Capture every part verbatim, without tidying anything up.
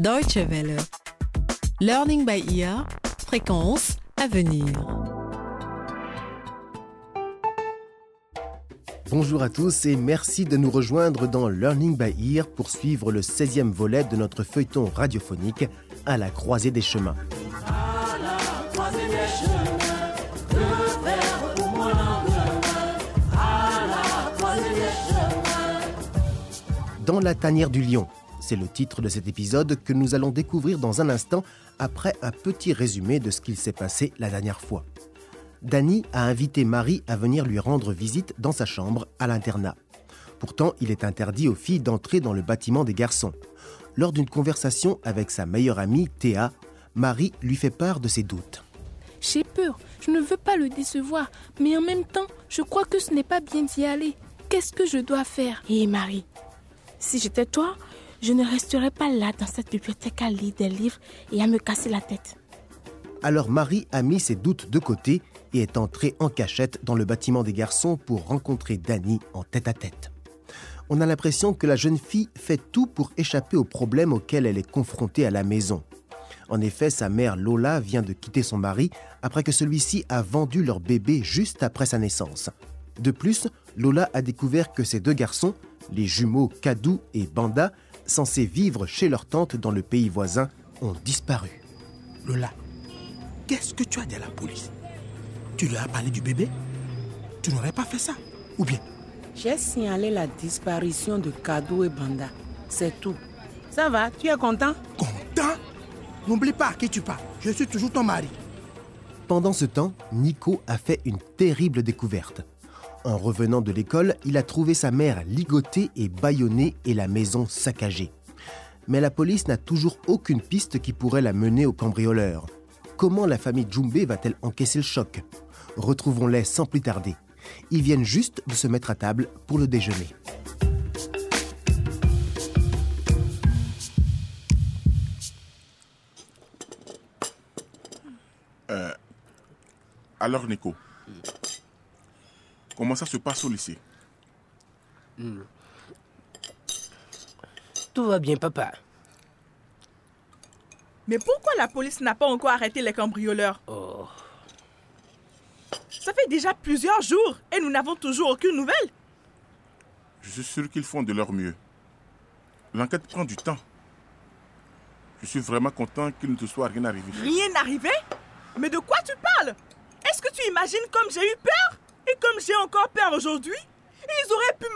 Deutsche Welle. Learning by ear, fréquence à venir. Bonjour à tous et merci de nous rejoindre dans Learning by Ear pour suivre le seizième volet de notre feuilleton radiophonique à la croisée des chemins. À la croisée des chemins, le verre pour mon lendemain. À la croisée des chemins. Dans la tanière du lion, c'est le titre de cet épisode que nous allons découvrir dans un instant après un petit résumé de ce qu'il s'est passé la dernière fois. Danny a invité Marie à venir lui rendre visite dans sa chambre à l'internat. Pourtant, il est interdit aux filles d'entrer dans le bâtiment des garçons. Lors d'une conversation avec sa meilleure amie, Théa, Marie lui fait part de ses doutes. J'ai peur, je ne veux pas le décevoir, mais en même temps, je crois que ce n'est pas bien d'y aller. Qu'est-ce que je dois faire? Hé Marie, si j'étais toi, je ne resterais pas là dans cette bibliothèque à lire des livres et à me casser la tête. Alors Marie a mis ses doutes de côté et est entrée en cachette dans le bâtiment des garçons pour rencontrer Danny en tête-à-tête. On a l'impression que la jeune fille fait tout pour échapper aux problèmes auxquels elle est confrontée à la maison. En effet, sa mère Lola vient de quitter son mari après que celui-ci a vendu leur bébé juste après sa naissance. De plus, Lola a découvert que ses deux garçons, les jumeaux Kadou et Banda, censés vivre chez leur tante dans le pays voisin, ont disparu. Lola, qu'est-ce que tu as dit à la police? Tu leur as parlé du bébé? Tu n'aurais pas fait ça, ou bien? J'ai signalé la disparition de Kadou et Banda. C'est tout. Ça va, tu es content? Content? N'oublie pas à qui tu parles. Je suis toujours ton mari. Pendant ce temps, Nico a fait une terrible découverte. En revenant de l'école, il a trouvé sa mère ligotée et bâillonnée et la maison saccagée. Mais la police n'a toujours aucune piste qui pourrait la mener au cambrioleur. Comment la famille Djoumbé va-t-elle encaisser le choc? Retrouvons-les sans plus tarder. Ils viennent juste de se mettre à table pour le déjeuner. Euh, alors Nico, comment ça se passe au lycée? Hmm. Tout va bien, papa. Mais pourquoi la police n'a pas encore arrêté les cambrioleurs? Oh. Ça fait déjà plusieurs jours et nous n'avons toujours aucune nouvelle. Je suis sûr qu'ils font de leur mieux. L'enquête prend du temps. Je suis vraiment content qu'il ne te soit rien arrivé. Rien arrivé? Mais de quoi tu parles? Est-ce que tu imagines comme j'ai eu peur? Et comme j'ai encore peur aujourd'hui? Ils auraient pu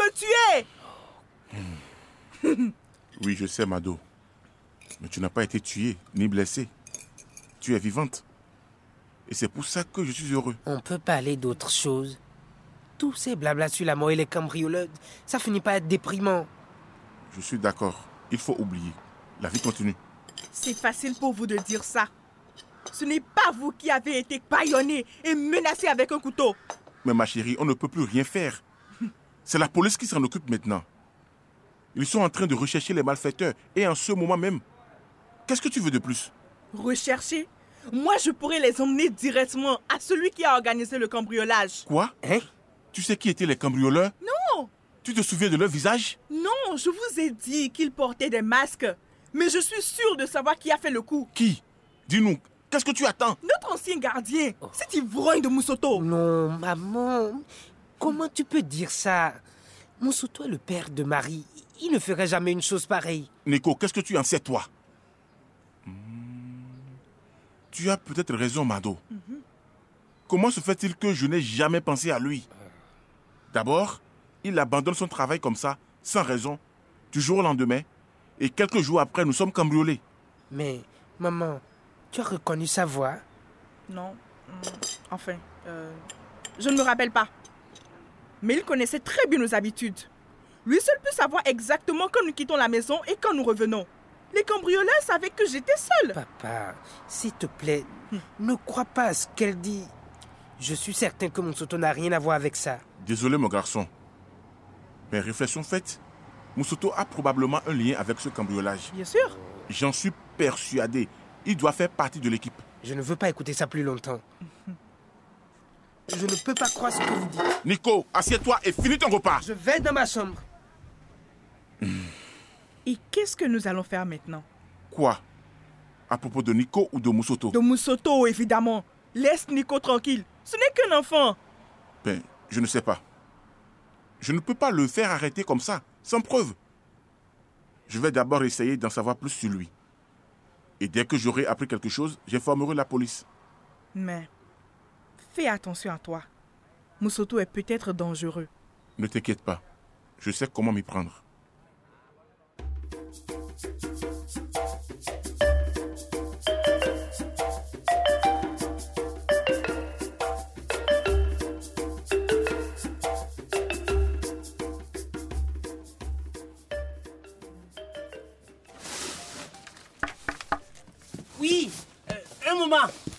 me tuer. Oui, je sais, Mado. Mais tu n'as pas été tuée, ni blessée. Tu es vivante. Et c'est pour ça que je suis heureux. On peut parler d'autre chose. Tous ces blabla sur la mort et les cambrioleurs, ça finit par être déprimant. Je suis d'accord. Il faut oublier. La vie continue. C'est facile pour vous de dire ça. Ce n'est pas vous qui avez été bâillonné et menacé avec un couteau. Mais ma chérie, on ne peut plus rien faire. C'est la police qui s'en occupe maintenant. Ils sont en train de rechercher les malfaiteurs et en ce moment même. Qu'est-ce que tu veux de plus? Rechercher? Moi, je pourrais les emmener directement à celui qui a organisé le cambriolage. Quoi? Hein? Tu sais qui étaient les cambrioleurs? Non! Tu te souviens de leur visage? Non, je vous ai dit qu'ils portaient des masques. Mais je suis sûre de savoir qui a fait le coup. Qui? Dis-nous, qu'est-ce que tu attends? Notre ancien gardien, oh. Cet ivrogne de Moussoto. Non, maman, comment tu peux dire ça? Moussoto est le père de Marie. Il ne ferait jamais une chose pareille. Nico, qu'est-ce que tu en sais, toi? hmm. Tu as peut-être raison, Mado. Mm-hmm. Comment se fait-il que je n'ai jamais pensé à lui? D'abord, il abandonne son travail comme ça, sans raison, du jour au lendemain, et quelques jours après, nous sommes cambriolés. Mais, maman, tu as reconnu sa voix? Non. Enfin, euh, je ne me rappelle pas. Mais il connaissait très bien nos habitudes. Lui seul peut savoir exactement quand nous quittons la maison et quand nous revenons. Les cambrioleurs savaient que j'étais seule. Papa, s'il te plaît, hum. ne crois pas à ce qu'elle dit. Je suis certain que Moussoto n'a rien à voir avec ça. Désolé, mon garçon. Mais réflexion faite, Moussoto a probablement un lien avec ce cambriolage. Bien sûr. J'en suis persuadé. Il doit faire partie de l'équipe. Je ne veux pas écouter ça plus longtemps. Je ne peux pas croire ce que vous dites. Nico, assieds-toi et finis ton repas. Je vais dans ma chambre. Et qu'est-ce que nous allons faire maintenant? Quoi? À propos de Nico ou de Moussoto? De Moussoto, évidemment. Laisse Nico tranquille. Ce n'est qu'un enfant. Ben, je ne sais pas. Je ne peux pas le faire arrêter comme ça, sans preuve. Je vais d'abord essayer d'en savoir plus sur lui. Et dès que j'aurai appris quelque chose, j'informerai la police. Mais fais attention à toi. Moussoto est peut-être dangereux. Ne t'inquiète pas. Je sais comment m'y prendre. Oui, euh, un moment.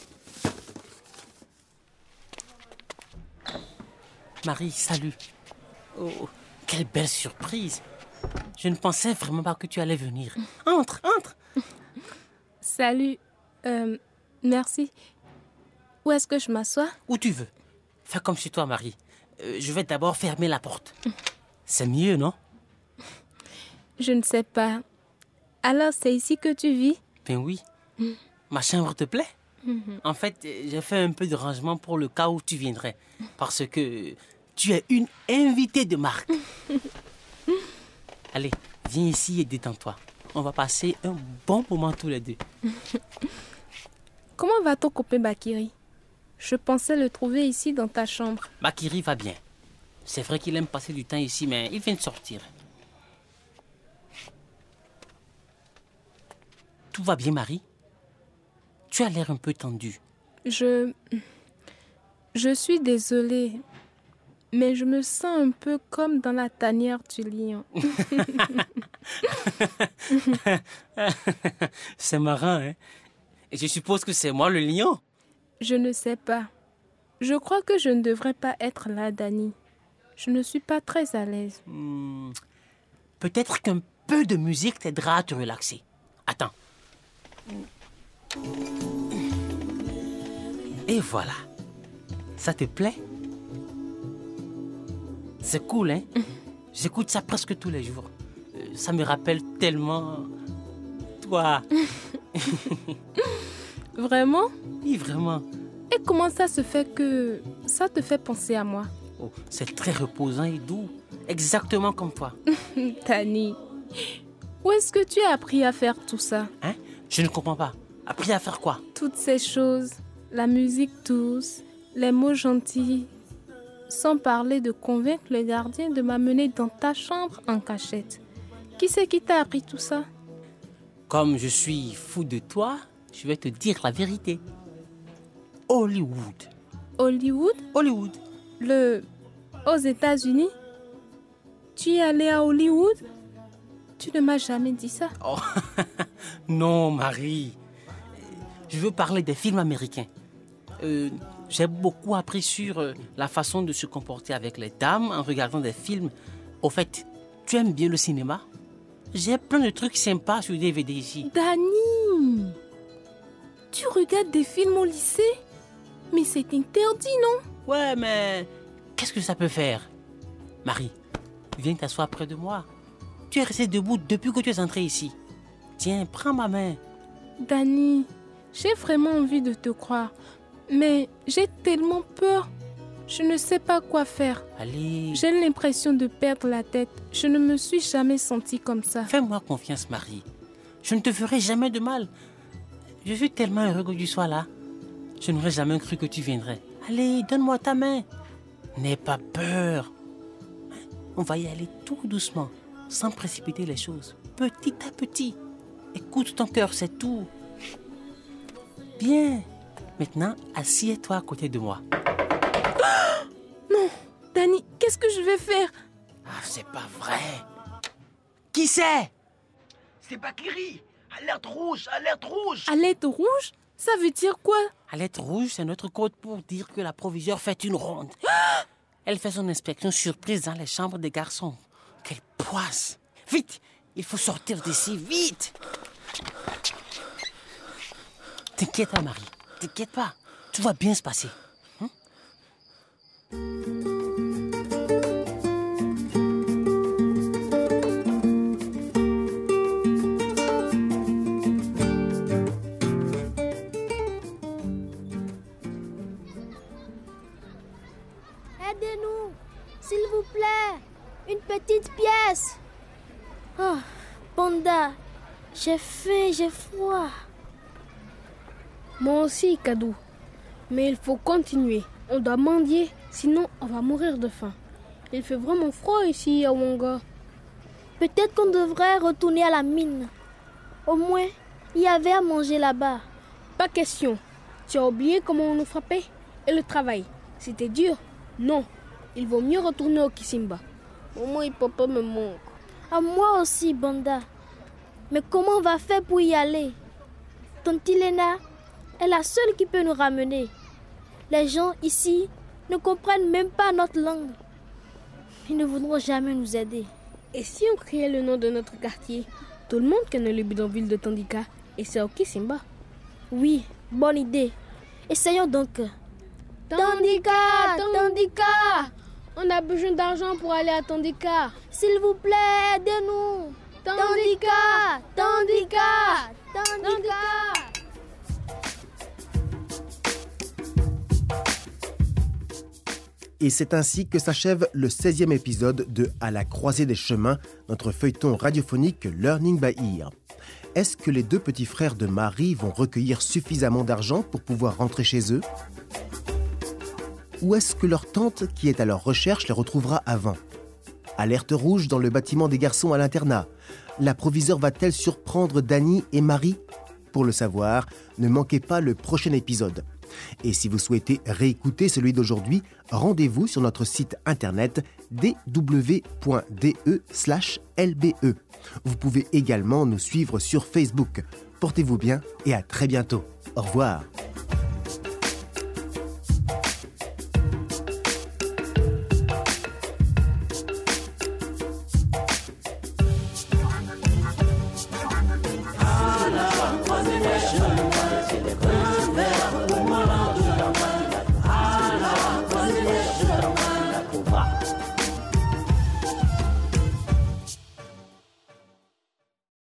Marie, salut. Oh, quelle belle surprise. Je ne pensais vraiment pas que tu allais venir. Entre, entre. Salut. Euh, merci. Où est-ce que je m'assois? Où tu veux. Fais comme chez toi, Marie. Euh, je vais d'abord fermer la porte. C'est mieux, non? Je ne sais pas. Alors, c'est ici que tu vis? Ben oui. Ma chambre te plaît? En fait, j'ai fait un peu de rangement pour le cas où tu viendrais. Parce que tu es une invitée de marque. Allez, viens ici et détends-toi. On va passer un bon moment tous les deux. Comment va ton copain Bakiri? Je pensais le trouver ici dans ta chambre. Bakiri va bien. C'est vrai qu'il aime passer du temps ici, mais il vient de sortir. Tout va bien, Marie? Tu as l'air un peu tendue. Je... Je suis désolée, mais je me sens un peu comme dans la tanière du lion. C'est marrant, hein? Et je suppose que c'est moi le lion? Je ne sais pas. Je crois que je ne devrais pas être là, Dani. Je ne suis pas très à l'aise. Hmm. Peut-être qu'un peu de musique t'aidera à te relaxer. Attends. Et voilà. Ça te plaît? C'est cool, hein? J'écoute ça presque tous les jours. Euh, ça me rappelle tellement... toi. Vraiment? Oui, vraiment. Et comment ça se fait que ça te fait penser à moi? Oh, c'est très reposant et doux. Exactement comme toi. Dani, où est-ce que tu as appris à faire tout ça? Hein? Je ne comprends pas. Appris à faire quoi? Toutes ces choses, la musique douce, les mots gentils, sans parler de convaincre le gardien de m'amener dans ta chambre en cachette. Qui c'est qui t'a appris tout ça? Comme je suis fou de toi, je vais te dire la vérité. Hollywood. Hollywood? Hollywood. Le... aux États-Unis? Tu es allé à Hollywood? Tu ne m'as jamais dit ça. Oh, non, Marie. Je veux parler des films américains. Euh, j'ai beaucoup appris sur euh, la façon de se comporter avec les dames en regardant des films. Au fait, tu aimes bien le cinéma? J'ai plein de trucs sympas sur D V D ici. Dani, tu regardes des films au lycée? Mais c'est interdit, non? Ouais, mais qu'est-ce que ça peut faire? Marie, viens t'asseoir près de moi. Tu es restée debout depuis que tu es entrée ici. Tiens, prends ma main. Dani, j'ai vraiment envie de te croire, mais j'ai tellement peur. Je ne sais pas quoi faire. Allez. J'ai l'impression de perdre la tête. Je ne me suis jamais sentie comme ça. Fais-moi confiance, Marie. Je ne te ferai jamais de mal. Je suis tellement heureux que tu sois là. Je n'aurais jamais cru que tu viendrais. Allez, donne-moi ta main. N'aie pas peur. On va y aller tout doucement, sans précipiter les choses. Petit à petit. Écoute ton cœur, c'est tout. Bien. Maintenant, assieds-toi à côté de moi. Non, Dani, qu'est-ce que je vais faire? Ah, c'est pas vrai. Qui c'est? C'est Bakiri. Alerte rouge, alerte rouge. Alerte rouge? Ça veut dire quoi? Alerte rouge, c'est notre code pour dire que la proviseure fait une ronde. Elle fait son inspection surprise dans les chambres des garçons. Quelle poisse! Vite! Il faut sortir d'ici, vite! T'inquiète pas, Marie. T'inquiète pas. Tout va bien se passer. Hein? Banda. J'ai faim, j'ai froid. Moi aussi, Kadou. Mais il faut continuer. On doit mendier, sinon on va mourir de faim. Il fait vraiment froid ici à Wonga. Peut-être qu'on devrait retourner à la mine. Au moins, il y avait à manger là-bas. Pas question. Tu as oublié comment on nous frappait? Et le travail, c'était dur? Non. Il vaut mieux retourner au Kisimba. Maman et papa me manquent. À moi aussi, Banda. Mais comment on va faire pour y aller? Tante Lena est la seule qui peut nous ramener. Les gens ici ne comprennent même pas notre langue. Ils ne voudront jamais nous aider. Et si on criait le nom de notre quartier? Tout le monde connaît le bidonville de Tandika et c'est au Kisimba. Oui, bonne idée. Essayons donc. Tandika, Tandika, on a besoin d'argent pour aller à Tandika. S'il vous plaît, aidez-nous. Tandika, Tandika, Tandika. Et c'est ainsi que s'achève le seizième épisode de À la croisée des chemins, notre feuilleton radiophonique Learning by Ear. Est-ce que les deux petits frères de Marie vont recueillir suffisamment d'argent pour pouvoir rentrer chez eux? Ou est-ce que leur tante, qui est à leur recherche, les retrouvera avant? Alerte rouge dans le bâtiment des garçons à l'internat. La proviseure va-t-elle surprendre Dany et Marie? Pour le savoir, ne manquez pas le prochain épisode. Et si vous souhaitez réécouter celui d'aujourd'hui, rendez-vous sur notre site internet d w point d e slash l b e. Vous pouvez également nous suivre sur Facebook. Portez-vous bien et à très bientôt. Au revoir.